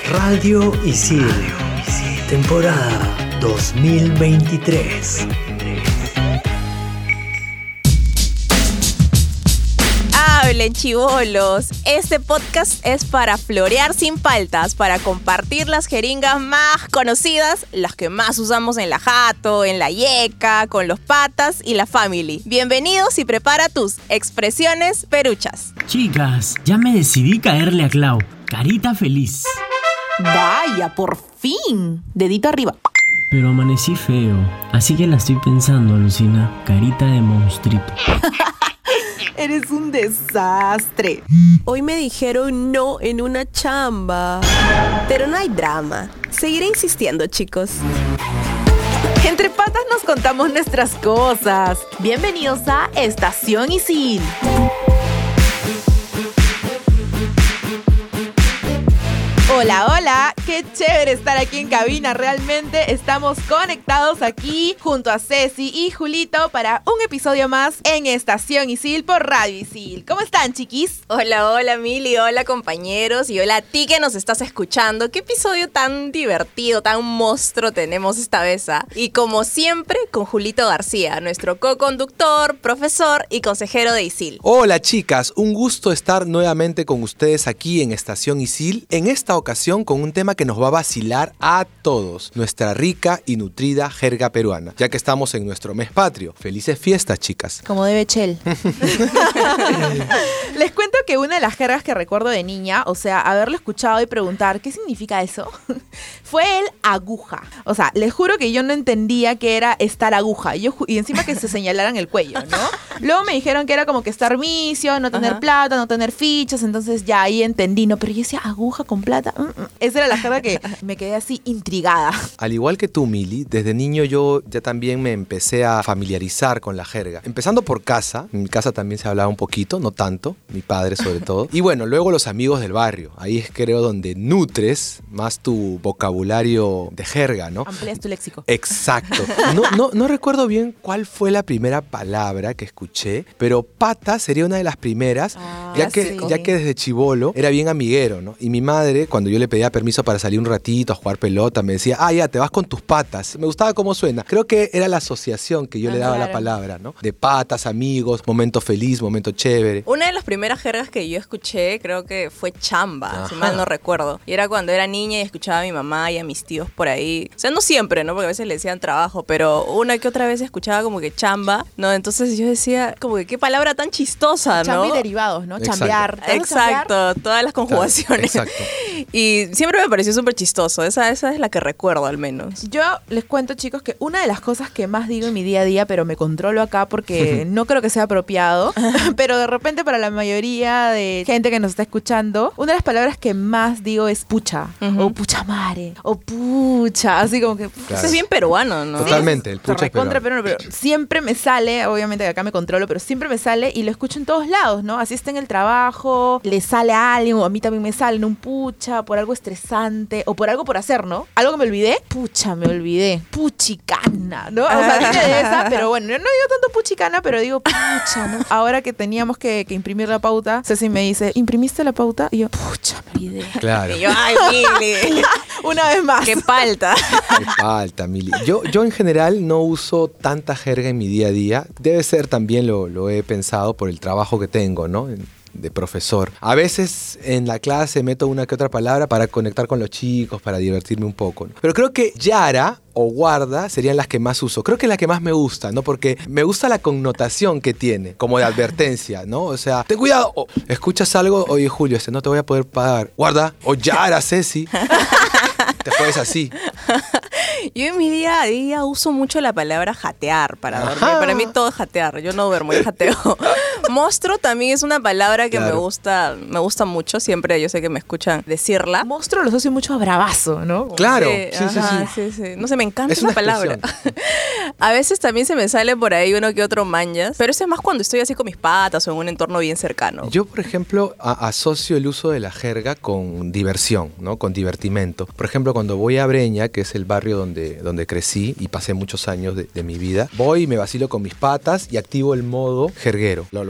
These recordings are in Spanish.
Radio Isil, temporada 2023. Hablen, chibolos. Este podcast es para florear sin paltas, para compartir las jeringas más conocidas, las que más usamos en la jato, en la yeca, con los patas y la family. Bienvenidos y prepara tus expresiones peruchas. Chicas, ya me decidí caerle a Clau. Carita feliz. Vaya, por fin. Dedito arriba. Pero amanecí feo, así que la estoy pensando, Lucina. Carita de monstruito. Eres un desastre. Hoy me dijeron no en una chamba. Pero no hay drama. Seguiré insistiendo, chicos. Entre patas nos contamos nuestras cosas. Bienvenidos a Estación Isil. Hola, hola, qué chévere estar aquí en cabina, realmente estamos conectados aquí junto a Ceci y Julito para un episodio más en Estación Isil por Radio Isil. ¿Cómo están, chiquis? Hola, hola Mili, hola compañeros y hola a ti que nos estás escuchando. Qué episodio tan divertido, tan monstruo tenemos esta vez, ¿ah? Y como siempre con Julito García, nuestro co-conductor, profesor y consejero de Isil. Hola chicas, un gusto estar nuevamente con ustedes aquí en Estación Isil, en esta ocasión con un tema que nos va a vacilar a todos, nuestra rica y nutrida jerga peruana, ya que estamos en nuestro mes patrio. Felices fiestas, chicas. Como debe Chel. Les cuento que una de las jergas que recuerdo de niña, o sea, haberlo escuchado y preguntar ¿qué significa eso? Fue el aguja. O sea, les juro que yo no entendía qué era estar aguja. Y encima que se señalaran el cuello, ¿no? Luego me dijeron que era como que estar misio, no tener plata, no tener fichas, entonces ya ahí entendí, ¿no? Pero yo decía, aguja con plata. Esa era la jerga que me quedé así intrigada. Al igual que tú, Mili, desde niño yo ya también me empecé a familiarizar con la jerga. Empezando por casa, en mi casa también se hablaba un poquito, no tanto, mi padre sobre todo. Y bueno, luego los amigos del barrio. Ahí es creo donde nutres más tu vocabulario de jerga, ¿no? Amplias tu léxico. Exacto. No recuerdo bien cuál fue la primera palabra que escuché, pero pata sería una de las primeras, ya que desde chibolo era bien amiguero, ¿no? Y mi madre, cuando yo le pedía permiso para salir un ratito a jugar pelota, me decía, ya, te vas con tus patas. Me gustaba cómo suena. Creo que era la asociación que yo le daba a la palabra, ¿no? De patas, amigos, momento feliz, momento chévere. Una de las primeras jergas que yo escuché creo que fue chamba, si mal no recuerdo. Y era cuando era niña y escuchaba a mi mamá y a mis tíos por ahí. O sea, no siempre, ¿no? Porque a veces le decían trabajo, pero una que otra vez escuchaba como que chamba, ¿no? Entonces yo decía, como que qué palabra tan chistosa, ¿no? Chamba y derivados, ¿no? Exacto. Chambear. Exacto, todas las conjugaciones. Claro, exacto. Y siempre me pareció súper chistoso. Esa es la que recuerdo al menos. Yo les cuento, chicos, que una de las cosas que más digo en mi día a día, pero me controlo acá porque no creo que sea apropiado, pero de repente para la mayoría de gente que nos está escuchando, una de las palabras que más digo es pucha, o pucha madre, o pucha, así como que... Claro. Eso es bien peruano, ¿no? Totalmente, el pucha es Contra peruano. peruano, pero siempre me sale, obviamente que acá me controlo, pero siempre me sale y lo escucho en todos lados, ¿no? Así está en el trabajo, le sale a alguien, o a mí también me sale, un pucha, por algo estresante, o por algo por hacer, ¿no? Algo que me olvidé, pucha, me olvidé. Puchicana, ¿no? O sea, dije de esa, pero bueno, no digo tanto puchicana, pero digo pucha, ¿no? Ahora que teníamos que imprimir la pauta, Ceci me dice, ¿imprimiste la pauta? Y yo, pucha, me olvidé. Claro. Y yo, ay, Mili. Una vez más. Qué palta. Qué falta, Mili. Yo en general no uso tanta jerga en mi día a día. Debe ser también, lo he pensado, por el trabajo que tengo, ¿no? De profesor. A veces en la clase meto una que otra palabra para conectar con los chicos, para divertirme un poco, ¿no? Pero creo que yara o guarda serían las que más uso. Creo que las que más me gusta, ¿no? Porque me gusta la connotación que tiene, como de advertencia, ¿no? O sea, ten cuidado. O, escuchas algo, oye Julio, no te voy a poder pagar. Guarda. O yara, Ceci. Te juegues así. Yo en mi día a día uso mucho la palabra jatear para dormir. Para mí todo es jatear. Yo no duermo, yo jateo. Monstruo también es una palabra que me gusta mucho. Siempre yo sé que me escuchan decirla. Monstruo lo asocio mucho a bravazo, ¿no? Claro, Sí. No sé, me encanta es esa palabra. A veces también se me sale por ahí uno que otro manjas, pero eso es más cuando estoy así con mis patas o en un entorno bien cercano. Yo, por ejemplo, asocio el uso de la jerga con diversión, ¿no? Con divertimento. Por ejemplo, cuando voy a Breña, que es el barrio donde crecí y pasé muchos años de mi vida, voy y me vacilo con mis patas y activo el modo jerguero. Lo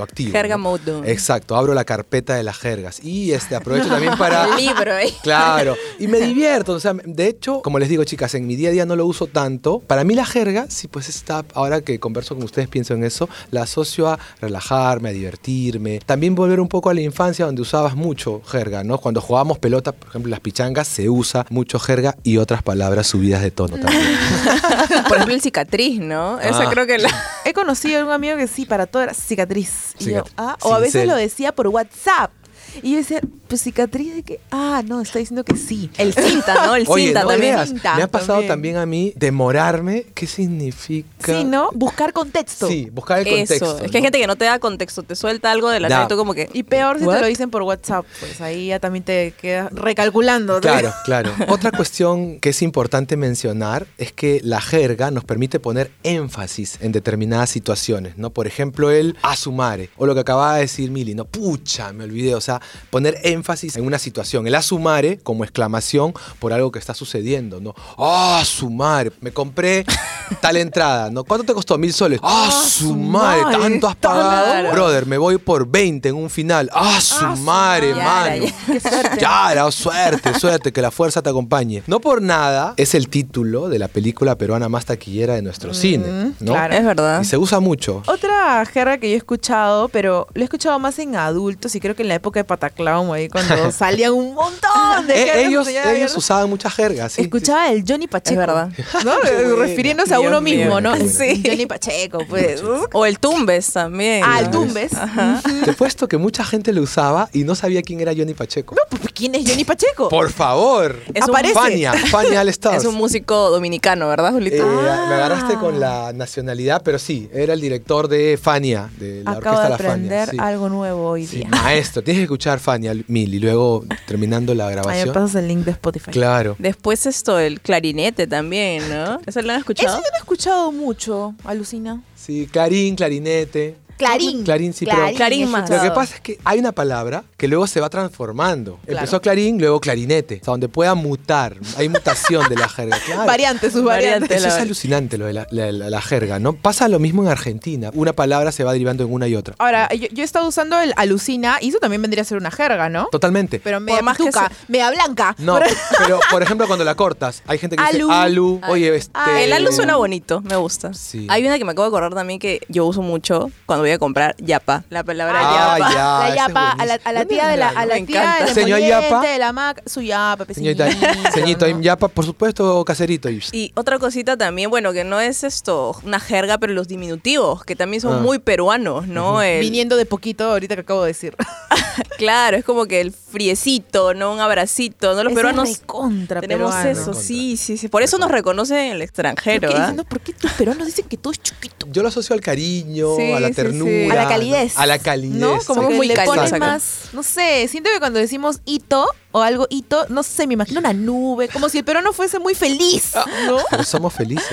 activo. Jerga ¿no? mode. Exacto, abro la carpeta de las jergas y aprovecho también para... El libro, ¿eh? Claro, y me divierto, o sea, de hecho, como les digo, chicas, en mi día a día no lo uso tanto. Para mí la jerga, sí, pues está, ahora que converso con ustedes, pienso en eso, la asocio a relajarme, a divertirme. También volver un poco a la infancia donde usabas mucho jerga, ¿no? Cuando jugábamos pelota, por ejemplo, las pichangas, se usa mucho jerga y otras palabras subidas de tono también. Por ejemplo, el cicatriz, ¿no? Esa creo que la... He conocido a un amigo que sí, para todo era cicatriz. Y yo, Cicatriz. o a veces Cincel. lo decía por WhatsApp. Y yo decía, pues cicatriz de que, no, está diciendo que sí. El cinta, ¿no? El Oye, cinta no también. veas, Cinta me ha pasado también. también a mí demorarme. ¿Qué significa? Sí, ¿no? Buscar contexto. Sí, buscar el contexto. Eso, es que hay gente que no te da contexto, te suelta algo de la nada y tú como que... Y peor si ¿What? te lo dicen por WhatsApp, pues ahí ya también te quedas recalculando. Claro, claro. Otra cuestión que es importante mencionar es que la jerga nos permite poner énfasis en determinadas situaciones, ¿no? Por ejemplo, el asumare, o lo que acababa de decir Mili, ¿no? Pucha, me olvidé, o sea, poner énfasis en una situación. El asumare como exclamación por algo que está sucediendo, ¿no? ¡Ah, sumare! Me compré tal entrada, ¿no? ¿Cuánto te costó? 1,000 soles. ¡Ah, sumare! sumare, ¿Tanto has pagado? claro. Brother, me voy por 20 en un final. ¡Ah, sumare, sumare. mano! Qué suerte. Ya, suerte, que la fuerza te acompañe. No por nada es el título de la película peruana más taquillera de nuestro cine, ¿no? claro. Es verdad. Y se usa mucho. Otra jerga que yo he escuchado, pero lo he escuchado más en adultos y creo que en la época de Pataclown, ahí cuando salían un montón de jergas. Ellos usaban muchas jergas. Sí, Escuchaba el Johnny Pacheco. Es verdad. ¿No? Qué buena. Refiriéndose a Dios uno mío, mismo, ¿no? qué buena. Sí. Johnny Pacheco, pues. O el tumbes también. Ah, el ¿no? Tumbes. Ajá. Te he puesto que mucha gente lo usaba y no sabía quién era Johnny Pacheco. Pues, ¿quién es Johnny Pacheco? Por favor. Es un- Aparece. Fania All Stars. Es un músico dominicano, ¿verdad, Julito? Me agarraste con la nacionalidad, pero sí, era el director de Fania, de la Acabo orquesta de La Fania. aprender Sí. algo nuevo hoy Sí, día. maestro, tienes que escuchar Fania Mil y luego terminando la Ahí me grabación. pasas el link de Spotify. Claro. Después el clarinete también, ¿no? ¿Eso lo han Eso escuchado? yo no he escuchado mucho, alucina. Sí, clarín, clarinete. Clarín, sí, pero Clarín he más. escuchado. lo que pasa es que hay una palabra que luego se va transformando. Claro. Empezó clarín, luego clarinete. O sea, donde pueda mutar. Hay mutación de la jerga. Claro. Variantes, sus variantes. Eso es alucinante lo de la jerga, ¿no? Pasa lo mismo en Argentina. Una palabra se va derivando en una y otra. Ahora, yo he estado usando el alucina y eso también vendría a ser una jerga, ¿no? Totalmente. Pero media más que pituca, media blanca. No, pero por ejemplo cuando la cortas, hay gente que dice Alu. alu. Oye, El alu suena bonito, me gusta. Sí. Hay una que me acabo de acordar también que yo uso mucho cuando voy a comprar yapa. La palabra Ah, yapa. ya, la ese es yapa, a buenísimo. la tía de la, a la Me tía encanta. del Señor emoliente, yapa. de la mac, su yapa, Señorita, pepecillito, señorito, ¿no? yapa, por supuesto, caserito. Y otra cosita también, bueno, que no es una jerga, pero los diminutivos, que también son Ah. muy peruanos, ¿no? Viniendo de poquito ahorita que acabo de decir. Claro, es como que el friecito, ¿no? Un abracito, ¿no? Los peruanos contra tenemos eso, sí. Por eso nos reconocen en el extranjero, ¿ah? ¿Por qué tus peruanos dicen que todo es chiquito? Yo lo asocio al cariño, Sí, a la sí, ternura. sí. A la calidez. A la calidez. ¿No? Como Somos que muy le cálidos ponen acá. más, no sé, siento que cuando decimos hito o algo hito, no sé, me imagino una nube, como si el peruano fuese muy feliz, ¿no? Pero somos felices.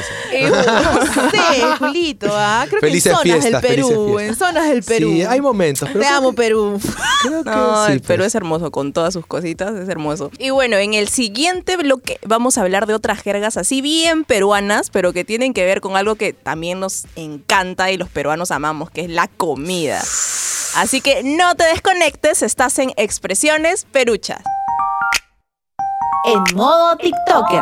No sé, Julito, creo Felices que en zonas fiestas, del Perú, felices fiestas. en zonas del Perú. Sí, hay momentos. Pero Te creo amo, que- Perú. Creo que No, sí, el Perú pues. es hermoso con todas sus cositas, es hermoso. Y bueno, en el siguiente bloque vamos a hablar de otras jergas así bien peruanas, pero que tienen que ver con algo que también nos encanta y los peruanos amamos, que es la comida. Así que no te desconectes, estás en Expresiones Peruchas. En modo TikToker.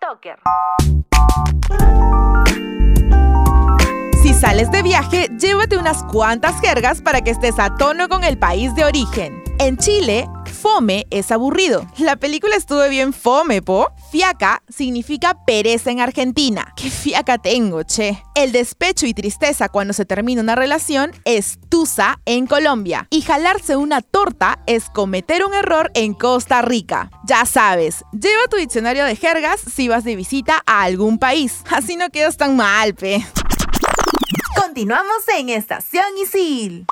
Si sales de viaje, llévate unas cuantas jergas para que estés a tono con el país de origen. En Chile, fome es aburrido. La película estuvo bien fome, po. Fiaca significa pereza en Argentina. ¿Qué fiaca tengo, che? El despecho y tristeza cuando se termina una relación es tusa en Colombia. Y jalarse una torta es cometer un error en Costa Rica. Ya sabes, lleva tu diccionario de jergas si vas de visita a algún país. Así no quedas tan mal, pe. Continuamos en Estación Isil.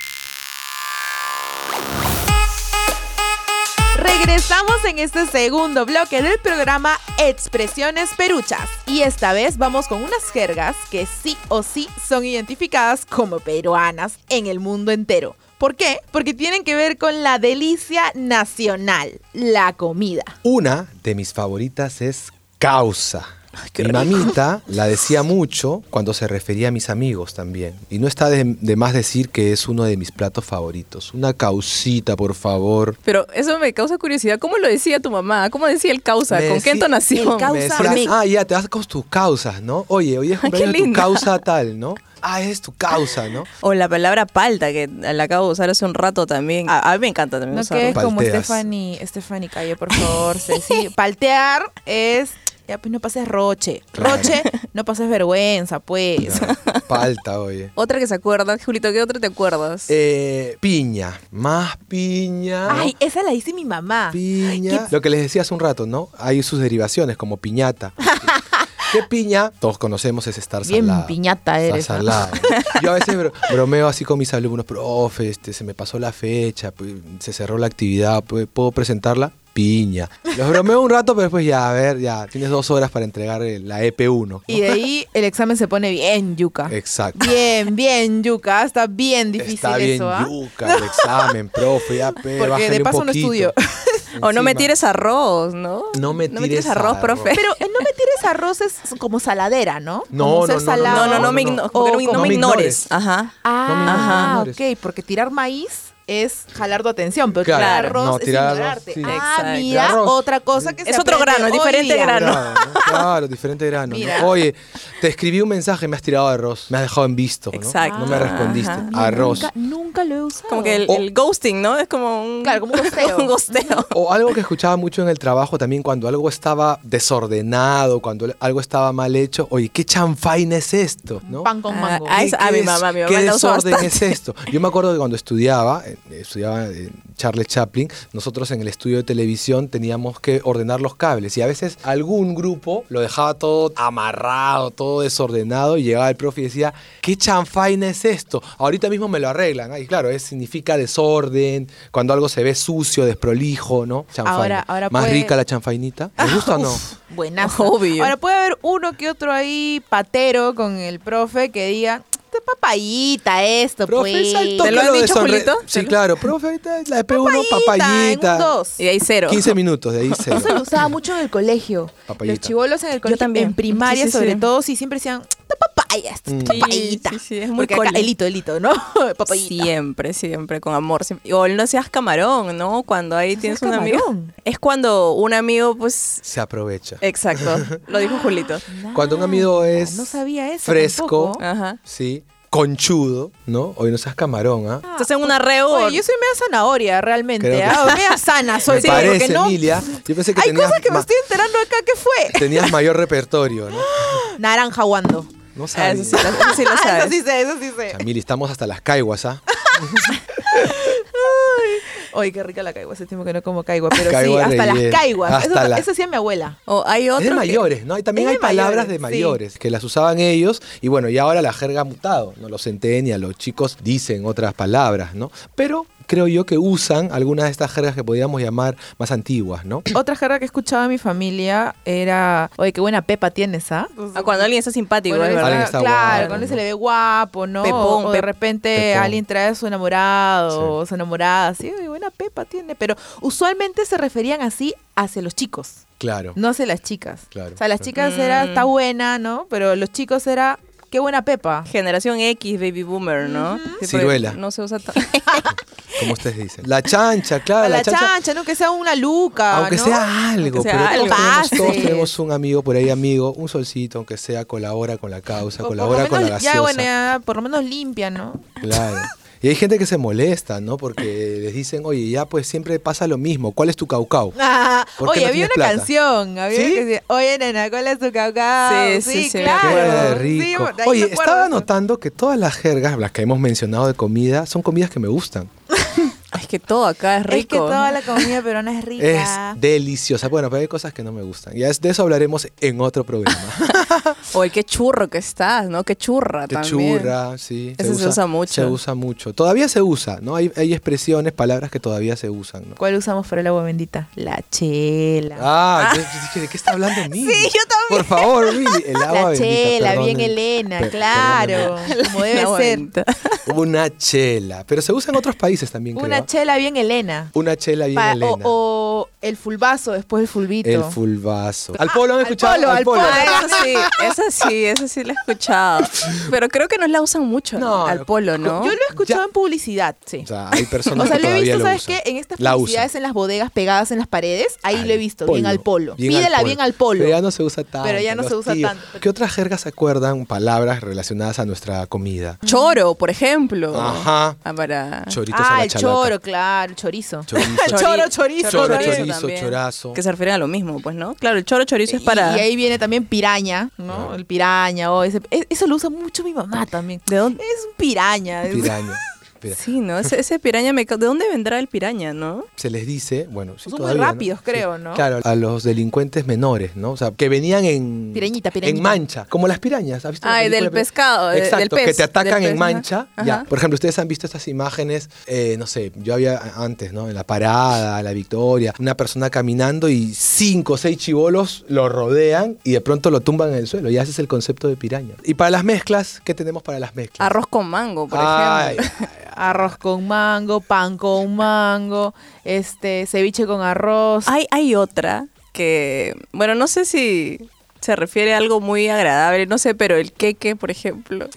Regresamos en este segundo bloque del programa Expresiones Peruchas. Y esta vez vamos con unas jergas que sí o sí son identificadas como peruanas en el mundo entero. ¿Por qué? Porque tienen que ver con la delicia nacional, la comida. Una de mis favoritas es causa. Mi mamita la decía mucho cuando se refería a mis amigos también. Y no está de más decir que es uno de mis platos favoritos. Una caucita, por favor. Pero eso me causa curiosidad. ¿Cómo lo decía tu mamá? ¿Cómo decía el causa? Me ¿Con qué decía- entonación? el causa. Me decían, ya, te vas con tus causas, ¿no? Oye, hoy es cumpleaños de tu lindo. causa tal, ¿no? Es tu causa, ¿no? O la palabra palta, que la acabo de usar hace un rato también. A mí me encanta también No usarla. que es como Palteas. Stephanie Calle, por favor. Ceci. Paltear es... Ya, pues no pases roche. Claro. Roche, no pases vergüenza, pues. Ya, palta, oye. Otra que se acuerda, Julito, ¿qué otra te acuerdas? Piña. Más piña. Ay, esa la dice mi mamá. Piña. Lo que les decía hace un rato, ¿no? Hay sus derivaciones, como piñata. ¿Qué piña? Todos conocemos es estar Bien salado. piñata eres, Estar ¿no? salado. Yo a veces bromeo así con mis alumnos, profe, se me pasó la fecha, pues, se cerró la actividad, pues, ¿puedo presentarla? Piña. Los bromeo un rato, pero después ya, a ver, ya, tienes 2 horas para entregar la EP1. Y de ahí el examen se pone bien yuca. Exacto. Bien yuca. Está bien difícil Está bien eso, ¿ah? yuca el examen, profe, ya, Porque bájale de un paso no poquito. estudio. O no me Encima. tires arroz, ¿no? No me tires arroz, profe. Pero no me tires arroz es como saladera, ¿no? No, Como no, ser no, salado. No, me, no. como que no No me me ignores. ignores. Ajá. Ah, No, ok, porque tirar maíz es jalar tu atención, pero Claro, tirar arroz no, es tirar arroz, ignorarte. sí. Ah, Exacto. mira, Arroz. otra cosa que se Es otro aprende grano, hoy diferente día. grano. Claro, diferente grano. ¿no? Mira. Oye, te escribí un mensaje, me has tirado arroz, me has dejado en visto, ¿no? Exacto. No me respondiste. Ajá. Arroz. Nunca lo he usado. Como que O- el ghosting, ¿no? Es como un... Claro, como un gosteo. un gosteo. O algo que escuchaba mucho en el trabajo también cuando algo estaba desordenado, cuando algo estaba mal hecho. Oye, ¿qué chanfaina es esto? ¿no? Pan con mango. Ah, ¿Qué- esa- qué mi es- mamá ¿Qué la usa desorden bastante. es esto? Yo me acuerdo que cuando estudiaba en Charles Chaplin, nosotros en el estudio de televisión teníamos que ordenar los cables y a veces algún grupo lo dejaba todo amarrado, todo desordenado y llegaba el profe y decía, ¿qué chanfaina es esto? Ahorita mismo me lo arreglan. Y claro, significa desorden, cuando algo se ve sucio, desprolijo, ¿no? Chanfaina. Ahora ¿Más puede- rica la chanfainita? ¿Les gusta o no? Buenazo. Obvio. Ahora puede haber uno que otro ahí patero con el profe que diga, "Esta papayita esto, Profe, pues. saltó ¿Te lo que han dicho, deshonre- Julito? Sí, claro. Profe, ahorita la EP1, En un papayita. 2. Y ahí cero. 15 minutos, de ahí cero. Eso lo usaba mucho en el colegio. Papayita. Los chibolos en el colegio, también. en primaria Sí, sí, sobre sí. todo, sí siempre decían, esta papaya, esta Mm. papayita. Sí, sí, es muy Porque acá, cole. elito, ¿no? Papayita. Siempre, con amor. Siempre. O el no seas camarón, ¿no? Cuando ahí ¿No tienes seas un amigo. camarón? Es cuando un amigo, pues... Se aprovecha. Exacto, lo dijo Julito. Cuando un amigo es No sabía eso fresco, tampoco. Ajá. sí, conchudo, ¿no? Hoy no seas camarón, ¿ah? Estás en una reo. Oye, yo soy media zanahoria, realmente. Creo que ¿ah? sí. Media sana soy. Me sí, parece, porque no, Emilia. Yo pensé que hay tenías, cosas que me estoy enterando acá. ¿Qué fue? tenías mayor repertorio, ¿no? Naranja guando. No sabes. Eso sí lo sabes. Eso sí sé. Chamili, estamos hasta las caiguas, ¿ah? Oye, qué rica la caigua. Hace tiempo que no como caigua. Pero Caigua sí, hasta las rellena. caiguas. Hasta Eso, la- eso hacía mi abuela. O hay otro Es de que- mayores, ¿no? Y también Es hay de palabras mayores, de sí. mayores que las usaban ellos y bueno, y ahora la jerga ha mutado, ¿no? Los centennials, los chicos dicen otras palabras, ¿no? Pero creo yo que usan algunas de estas jergas que podríamos llamar más antiguas, ¿no? Otra jerga que escuchaba en mi familia era, oye, qué buena pepa tienes, ¿ah? Ah, cuando alguien está simpático, Cuando es alguien verdad. Alguien está claro, guapo, cuando ¿no? se le ve guapo, ¿no? Pepón, o de repente Pepón. alguien trae a su enamorado Sí. o su enamorada, así, oye, buena pepa tiene. Pero usualmente se referían así hacia los chicos, Claro. no hacia las chicas. Claro, O sea, las claro. chicas era, está buena, ¿no? Pero los chicos era, qué buena pepa. Generación X, baby boomer, ¿no? Sí, porque Ciruela. No se usa Como ustedes dicen. La chancha, claro, A la, la chancha, ¿no? Que sea una luca, Aunque ¿no? sea algo, Aunque sea pero algo. todos Pases. tenemos un amigo por ahí, amigo, un solcito, aunque sea, colabora con la causa, O por colabora lo con la menos, gaseosa. ya, bueno, ya, por lo menos limpia, ¿no? Claro. Y hay gente que se molesta, ¿no? Porque les dicen, oye, ya pues siempre pasa lo mismo. ¿Cuál es tu caucau? Ah, ¿Por qué oye, no había tienes una plata? canción, había ¿Sí? una que decía, oye, nena, ¿cuál es tu cacao? Sí, sí, sí, me claro. Qué Sí, rico. de ahí Oye, me acuerdo estaba eso. notando que todas las jergas, las que hemos mencionado de comida, son comidas que me gustan. Es que todo acá es rico. Es que toda la comida peruana es rica. Es deliciosa. Bueno, pero hay cosas que no me gustan. Ya de eso hablaremos en otro programa. Oye, qué churro que estás, ¿no? Qué churra Qué también. churra, sí. Eso se usa mucho. Se usa mucho. Todavía se usa, ¿no? Hay expresiones, palabras que todavía se usan, ¿no? ¿Cuál usamos para el agua bendita? La chela. Yo dije, ¿de qué está hablando Mili? Sí, yo también. Por favor, Mili. El agua La bendita. chela, perdonen. bien Elena, Per- claro. Como debe Una ser. vuelta. Una chela. Pero se usa en otros países también, Una creo. chela bien Elena. Una chela bien Pa- Elena. o El fulbazo después del fulbito. El fulbazo. ¿Al polo han escuchado? al polo. Esa sí la he escuchado. Pero creo que no la usan mucho, No, al polo, ¿no? Yo lo he escuchado Ya. en publicidad, sí. O sea, hay personas O sea, que lo he todavía visto, lo ¿sabes usan. qué? En estas La publicidades usan. en las bodegas pegadas en las paredes, ahí Al lo he visto, polo. bien al polo. Bien Pídela al polo. bien al polo. Pero ya no se usa tanto. Pero ya no los se usa tíos. tanto. ¿Qué otras jergas se acuerdan? Palabras relacionadas a nuestra comida. Choro, por ejemplo. Ajá. Para... Choritos a la El chalaca. choro, claro, el chorizo. Chorizo. Chorizo. Choro, también. chorizo, chorazo. Que se refieren a lo mismo, pues, ¿no? Claro, el choro chorizo es para... Y ahí viene también piraña, ¿no? El piraña, eso lo usa mucho mi mamá también. ¿De dónde? Es un piraña. Piraña. Sí, ¿no? Ese piraña ¿de dónde vendrá el piraña, no? Se les dice, bueno, sí, Son muy todavía, ¿no? rápidos, creo, ¿no? Claro, a los delincuentes menores, ¿no? O sea, que venían en... Pirañita. En mancha, como las pirañas. ¿Has visto la Ay, película del pescado, del Exacto, pez, que te atacan del en pez, mancha. ajá. Ya. Ajá. Por ejemplo, ustedes han visto estas imágenes, no sé, yo había antes, ¿no? En la Parada, la Victoria, una persona caminando y 5 o 6 chibolos lo rodean y de pronto lo tumban en el suelo. Y ese es el concepto de piraña. Y para las mezclas, ¿qué tenemos para las mezclas? Arroz con mango, por Ay, ejemplo. Arroz con mango, pan con mango, ceviche con arroz. Hay otra que, bueno, no sé si se refiere a algo muy agradable, no sé, pero el queque, por ejemplo.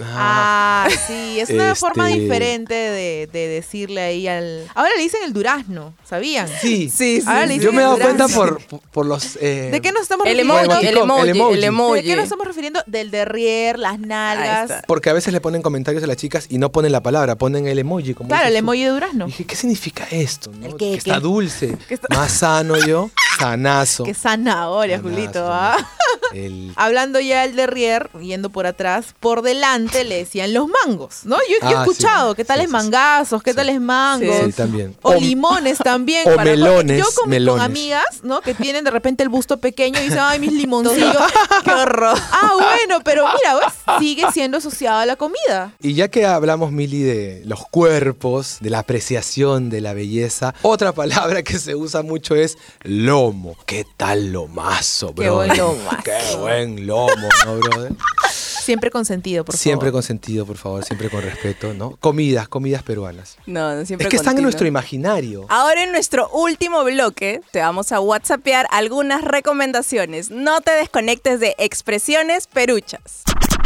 Sí, es una forma diferente de decirle ahí al... Ahora le dicen el durazno, ¿sabían? Sí, Sí, Ahora le Yo dicen me he dado el cuenta durazno. por los... ¿De qué nos estamos El refiriendo? emoji, el emoji. ¿De qué nos estamos refiriendo? Del derrier, las Ahí nalgas. está. Porque a veces le ponen comentarios a las chicas y no ponen la palabra, ponen el emoji. Como Claro, el dices tú. emoji de durazno. Y dije, ¿qué significa esto? ¿no? El Que queque. está dulce, más sano yo, sanazo. Qué zanahoria, Sanazo, Julito, sanazo. ¿ah? El- Hablando ya del derrier, yendo por atrás, por delante le decían los mangos, ¿no? Yo he Ah, escuchado, sí. ¿qué tales Sí, sí, sí. mangazos? ¿Qué tales mangos? Sí, también. O limones también. o melones, Yo con melones. amigas, ¿no? Que tienen de repente el busto pequeño y dicen, ay, mis limoncillos. ¡Qué horror! Ah, bueno, pero mira, ¿ves? Sigue siendo asociado a la comida. Y ya que hablamos, Mili, de los cuerpos, de la apreciación de la belleza, otra palabra que se usa mucho es lomo. ¿Qué tal lomazo, Qué bro? buen lomazo. Qué buen lomo, ¿no, brother? Siempre consentido, por Siempre favor. con sentido, por favor, siempre con respeto, ¿no? Comidas peruanas. No, siempre Es que están en continuo. nuestro imaginario. Ahora en nuestro último bloque te vamos a whatsappear algunas recomendaciones. No te desconectes de Expresiones Peruchas.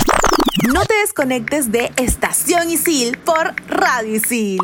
No te desconectes de Estación Isil por Radio Isil.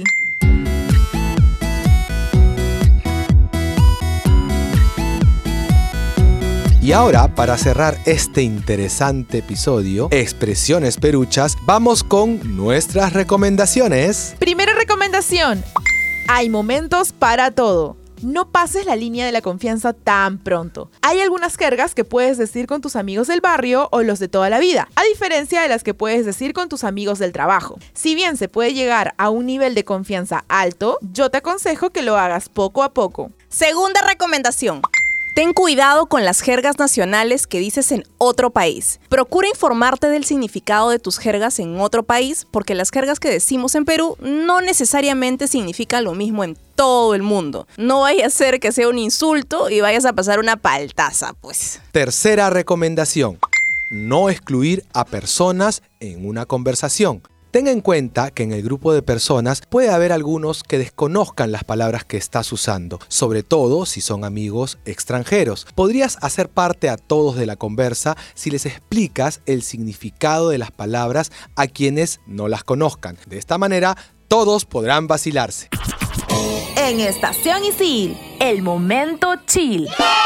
Y ahora, para cerrar este interesante episodio, Expresiones Peruchas, vamos con nuestras recomendaciones. Primera recomendación. Hay momentos para todo. No pases la línea de la confianza tan pronto. Hay algunas jergas que puedes decir con tus amigos del barrio o los de toda la vida, a diferencia de las que puedes decir con tus amigos del trabajo. Si bien se puede llegar a un nivel de confianza alto, yo te aconsejo que lo hagas poco a poco. Segunda recomendación. Ten cuidado con las jergas nacionales que dices en otro país. Procura informarte del significado de tus jergas en otro país, porque las jergas que decimos en Perú no necesariamente significan lo mismo en todo el mundo. No vaya a ser que sea un insulto y vayas a pasar una paltaza, pues. Tercera recomendación. No excluir a personas en una conversación. Tenga en cuenta que en el grupo de personas puede haber algunos que desconozcan las palabras que estás usando, sobre todo si son amigos extranjeros. Podrías hacer parte a todos de la conversa si les explicas el significado de las palabras a quienes no las conozcan. De esta manera, todos podrán vacilarse. En Estación Isil, el momento chill.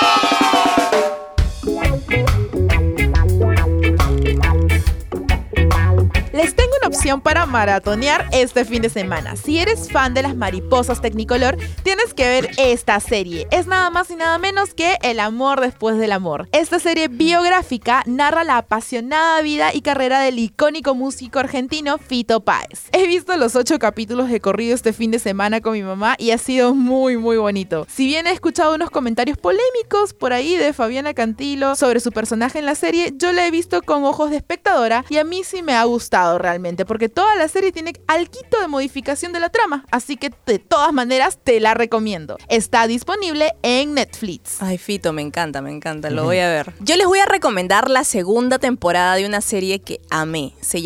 Les tengo una opción para maratonear este fin de semana. Si eres fan de las mariposas Technicolor, tienes que ver esta serie. Es nada más y nada menos que El amor después del amor. Esta serie biográfica narra la apasionada vida y carrera del icónico músico argentino Fito Páez. He visto los 8 capítulos de corrido este fin de semana con mi mamá y ha sido muy bonito. Si bien he escuchado unos comentarios polémicos por ahí de Fabiana Cantilo sobre su personaje en la serie, yo la he visto con ojos de espectadora y a mí sí me ha gustado realmente, porque toda la serie tiene alquito de modificación de la trama, así que de todas maneras te la recomiendo. Está disponible en Netflix. Ay, Fito, me encanta, lo voy a ver. Yo les voy a recomendar la segunda temporada de una serie que amé. Se llama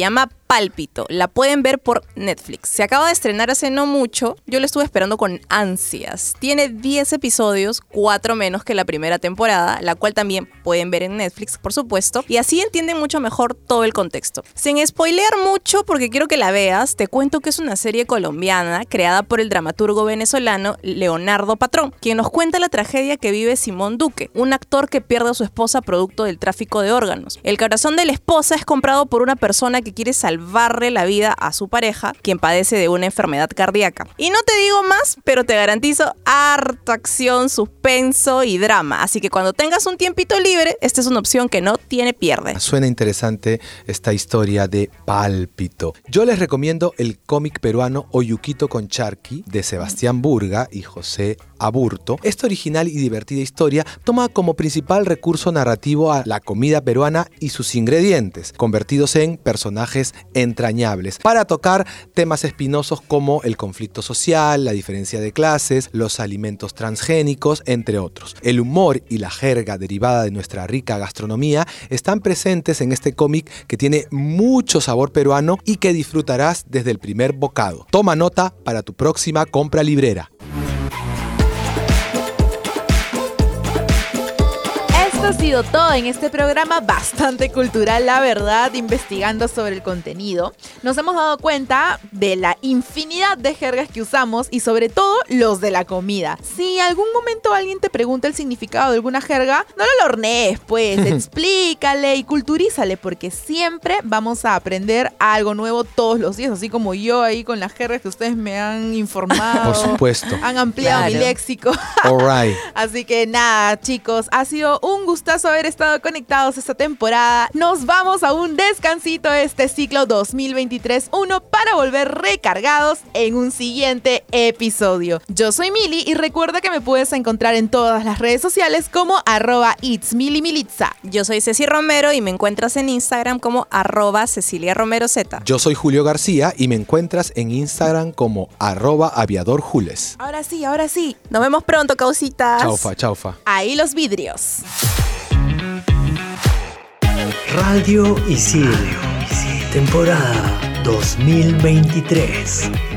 Pálpito. La pueden ver por Netflix. Se acaba de estrenar hace no mucho. Yo la estuve esperando con ansias. Tiene 10 episodios, 4 menos que la primera temporada, la cual también pueden ver en Netflix, por supuesto. Y así entienden mucho mejor todo el contexto. Sin spoilear mucho, porque quiero que la veas, te cuento que es una serie colombiana creada por el dramaturgo venezolano Leonardo Patrón, quien nos cuenta la tragedia que vive Simón Duque, un actor que pierde a su esposa producto del tráfico de órganos. El corazón de la esposa es comprado por una persona que quiere salvarle la vida a su pareja, quien padece de una enfermedad cardíaca. Y no te digo más, pero te garantizo harta acción, suspenso y drama. Así que cuando tengas un tiempito libre, esta es una opción que no tiene pierde. Suena interesante esta historia de Pálpito. Yo les recomiendo el cómic peruano Oyuquito con Charqui de Sebastián Burga y José Aburto. Esta original y divertida historia toma como principal recurso narrativo a la comida peruana y sus ingredientes, convertidos en personajes entrañables, para tocar temas espinosos como el conflicto social, la diferencia de clases, los alimentos transgénicos, entre otros. El humor y la jerga derivada de nuestra rica gastronomía están presentes en este cómic que tiene mucho sabor peruano y que disfrutarás desde el primer bocado. Toma nota para tu próxima compra librera. Esto ha sido todo en este programa bastante cultural, la verdad, investigando sobre el contenido. Nos hemos dado cuenta de la infinidad de jergas que usamos y sobre todo los de la comida. Si algún momento alguien te pregunta el significado de alguna jerga, no lo hornees, pues, explícale y culturízale, porque siempre vamos a aprender algo nuevo todos los días, así como yo ahí con las jergas que ustedes me han informado. Por supuesto. Han ampliado mi léxico. All right. Así que nada, chicos, ha sido un gustazo haber estado conectados esta temporada. Nos vamos a un descansito este ciclo 2023-1 para volver recargados en un siguiente episodio. Yo soy Mili y recuerda que me puedes encontrar en todas las redes sociales como @itsmilimilitza. Yo soy Ceci Romero y me encuentras en Instagram como @CeciliaRomeroZ. Yo soy Julio García y me encuentras en Instagram como @aviadorjules. Ahora sí. Nos vemos pronto, causitas. Chaufa. Ahí los vidrios. Radio Isil, temporada 2023.